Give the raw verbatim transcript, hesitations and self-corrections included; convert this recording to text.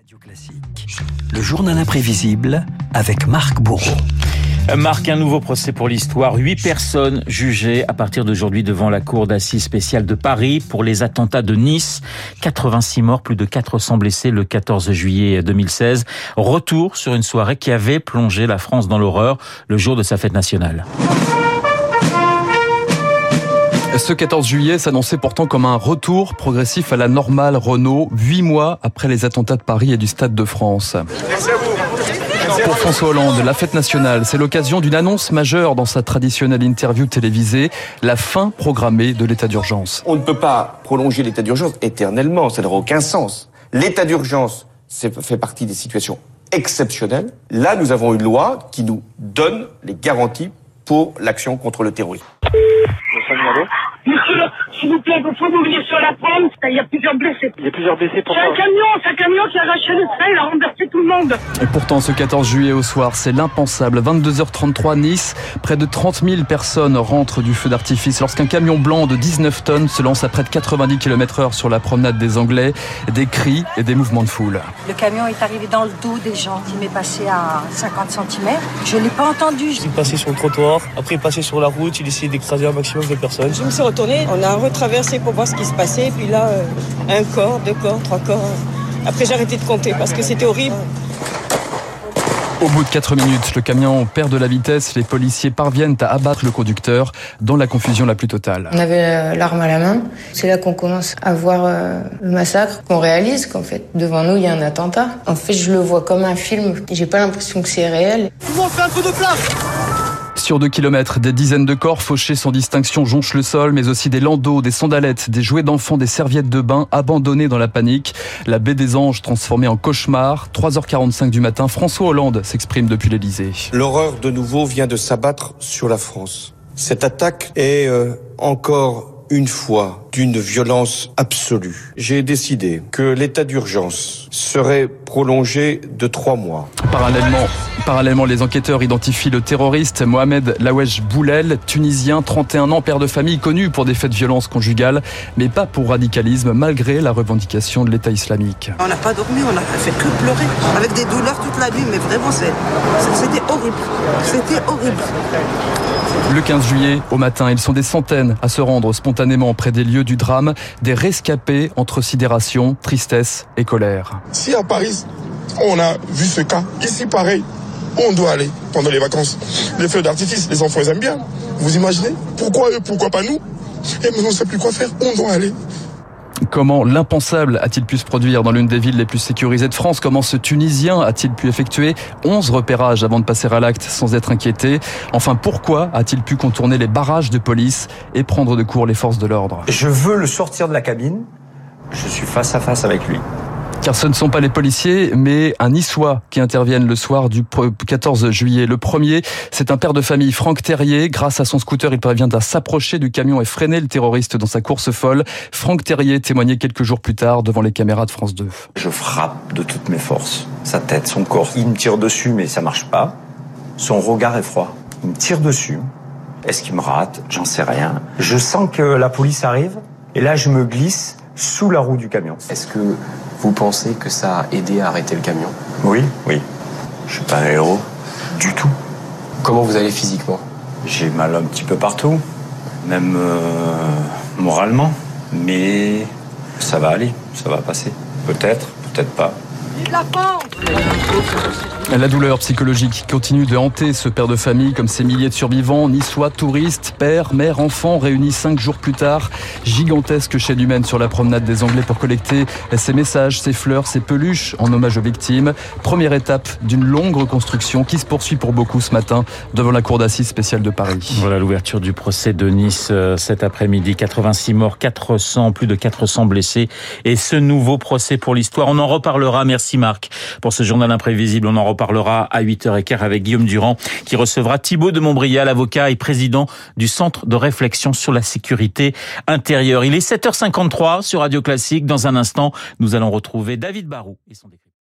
Radio Classique, le journal imprévisible avec Marc Bourreau. Marc, un nouveau procès pour l'histoire. Huit personnes jugées à partir d'aujourd'hui devant la cour d'assises spéciale de Paris pour les attentats de Nice. quatre-vingt-six morts, plus de quatre cents blessés le quatorze juillet deux mille seize. Retour sur une soirée qui avait plongé la France dans l'horreur le jour de sa fête nationale. Ce quatorze juillet s'annonçait pourtant comme un retour progressif à la normale Renault, huit mois après les attentats de Paris et du Stade de France. Pour François Hollande, la fête nationale, c'est l'occasion d'une annonce majeure dans sa traditionnelle interview télévisée, la fin programmée de l'état d'urgence. On ne peut pas prolonger l'état d'urgence éternellement, ça n'aura aucun sens. L'état d'urgence c'est, fait partie des situations exceptionnelles. Là, nous avons une loi qui nous donne les garanties pour l'action contre le terrorisme. Monsieur, s'il vous plaît, il faut m'ouvrir sur la pomme. Il y a plusieurs blessés. Il y a plusieurs blessés pour C'est un camion, c'est un camion qui a arraché le trait, il a renversé tout le monde. Et pourtant, ce quatorze juillet au soir, c'est l'impensable. vingt-deux heures trente-trois, Nice, près de trente mille personnes rentrent du feu d'artifice lorsqu'un camion blanc de dix-neuf tonnes se lance à près de quatre-vingt-dix kilomètres heure sur la promenade des Anglais. Des cris et des mouvements de foule. Le camion est arrivé dans le dos des gens. Il m'est passé à cinquante centimètres. Je ne l'ai pas entendu. Il est passé sur le trottoir, après il est passé sur la route, il essayait d'écraser un maximum de personnes. Je me suis retournée, on a retraversé pour voir ce qui se passait, et puis là, euh, un corps, deux corps, trois corps. Après, j'ai arrêté de compter parce que c'était horrible. Au bout de quatre minutes, le camion perd de la vitesse, les policiers parviennent à abattre le conducteur dans la confusion la plus totale. On avait l'arme à la main, c'est là qu'on commence à voir euh, le massacre, qu'on réalise qu'en fait, devant nous, il y a un attentat. En fait, je le vois comme un film, j'ai pas l'impression que c'est réel. Tout le monde fait un peu de place! Sur deux kilomètres, des dizaines de corps fauchés sans distinction jonchent le sol, mais aussi des landaux, des sandalettes, des jouets d'enfants, des serviettes de bain abandonnés dans la panique. La baie des Anges transformée en cauchemar. trois heures quarante-cinq du matin, François Hollande s'exprime depuis l'Élysée. L'horreur de nouveau vient de s'abattre sur la France. Cette attaque est euh, encore une fois d'une violence absolue. J'ai décidé que l'état d'urgence serait prolongé de trois mois. Parallèlement, parallèlement, les enquêteurs identifient le terroriste Mohamed Lawesh Boulel, tunisien, trente et un ans, père de famille, connu pour des faits de violence conjugale, mais pas pour radicalisme, malgré la revendication de l'État islamique. On n'a pas dormi, on a fait que pleurer, avec des douleurs toute la nuit, mais vraiment, c'est, c'était horrible. C'était horrible. Le quinze juillet, au matin, ils sont des centaines à se rendre spontanément près des lieux du drame, des rescapés entre sidération, tristesse et colère. Si à Paris, on a vu ce cas, ici pareil, on doit aller pendant les vacances. Les feux d'artifice, les enfants ils aiment bien. Vous imaginez? Pourquoi eux, pourquoi pas nous? Et maintenant on ne sait plus quoi faire, on doit aller. Comment l'impensable a-t-il pu se produire dans l'une des villes les plus sécurisées de France? Comment ce Tunisien a-t-il pu effectuer onze repérages avant de passer à l'acte sans être inquiété? Enfin, pourquoi a-t-il pu contourner les barrages de police et prendre de court les forces de l'ordre? Je veux le sortir de la cabine. Je suis face à face avec lui. Car ce ne sont pas les policiers, mais un Niçois qui interviennent le soir du quatorze juillet. Le premier, c'est un père de famille, Franck Terrier. Grâce à son scooter, il parvient à s'approcher du camion et freiner le terroriste dans sa course folle. Franck Terrier témoignait quelques jours plus tard devant les caméras de France deux. Je frappe de toutes mes forces. Sa tête, son corps. Il me tire dessus, mais ça marche pas. Son regard est froid. Il me tire dessus. Est-ce qu'il me rate? J'en sais rien. Je sens que la police arrive. Et là, je me glisse sous la roue du camion. Est-ce que vous pensez que ça a aidé à arrêter le camion? Oui, oui. Je suis pas un héros. Du tout. Comment vous allez physiquement? J'ai mal un petit peu partout. Même euh, moralement. Mais ça va aller. Ça va passer. Peut-être, peut-être pas. La douleur psychologique continue de hanter ce père de famille comme ces milliers de survivants, niçois, touristes, père, mère, enfants réunis cinq jours plus tard. Gigantesque chaîne humaine sur la promenade des Anglais pour collecter ces messages, ces fleurs, ces peluches en hommage aux victimes. Première étape d'une longue reconstruction qui se poursuit pour beaucoup ce matin devant la cour d'assises spéciale de Paris. Voilà l'ouverture du procès de Nice euh, cet après-midi. quatre-vingt-six morts, quatre cents, plus de quatre cents blessés. Et ce nouveau procès pour l'histoire, on en reparlera. Merci Marc pour ce journal imprévisible. On en reparlera à huit heures quinze avec Guillaume Durand qui recevra Thibaut de Montbrial, avocat et président du Centre de réflexion sur la sécurité intérieure. Il est sept heures cinquante-trois sur Radio Classique. Dans un instant, nous allons retrouver David Barou et son décryptage.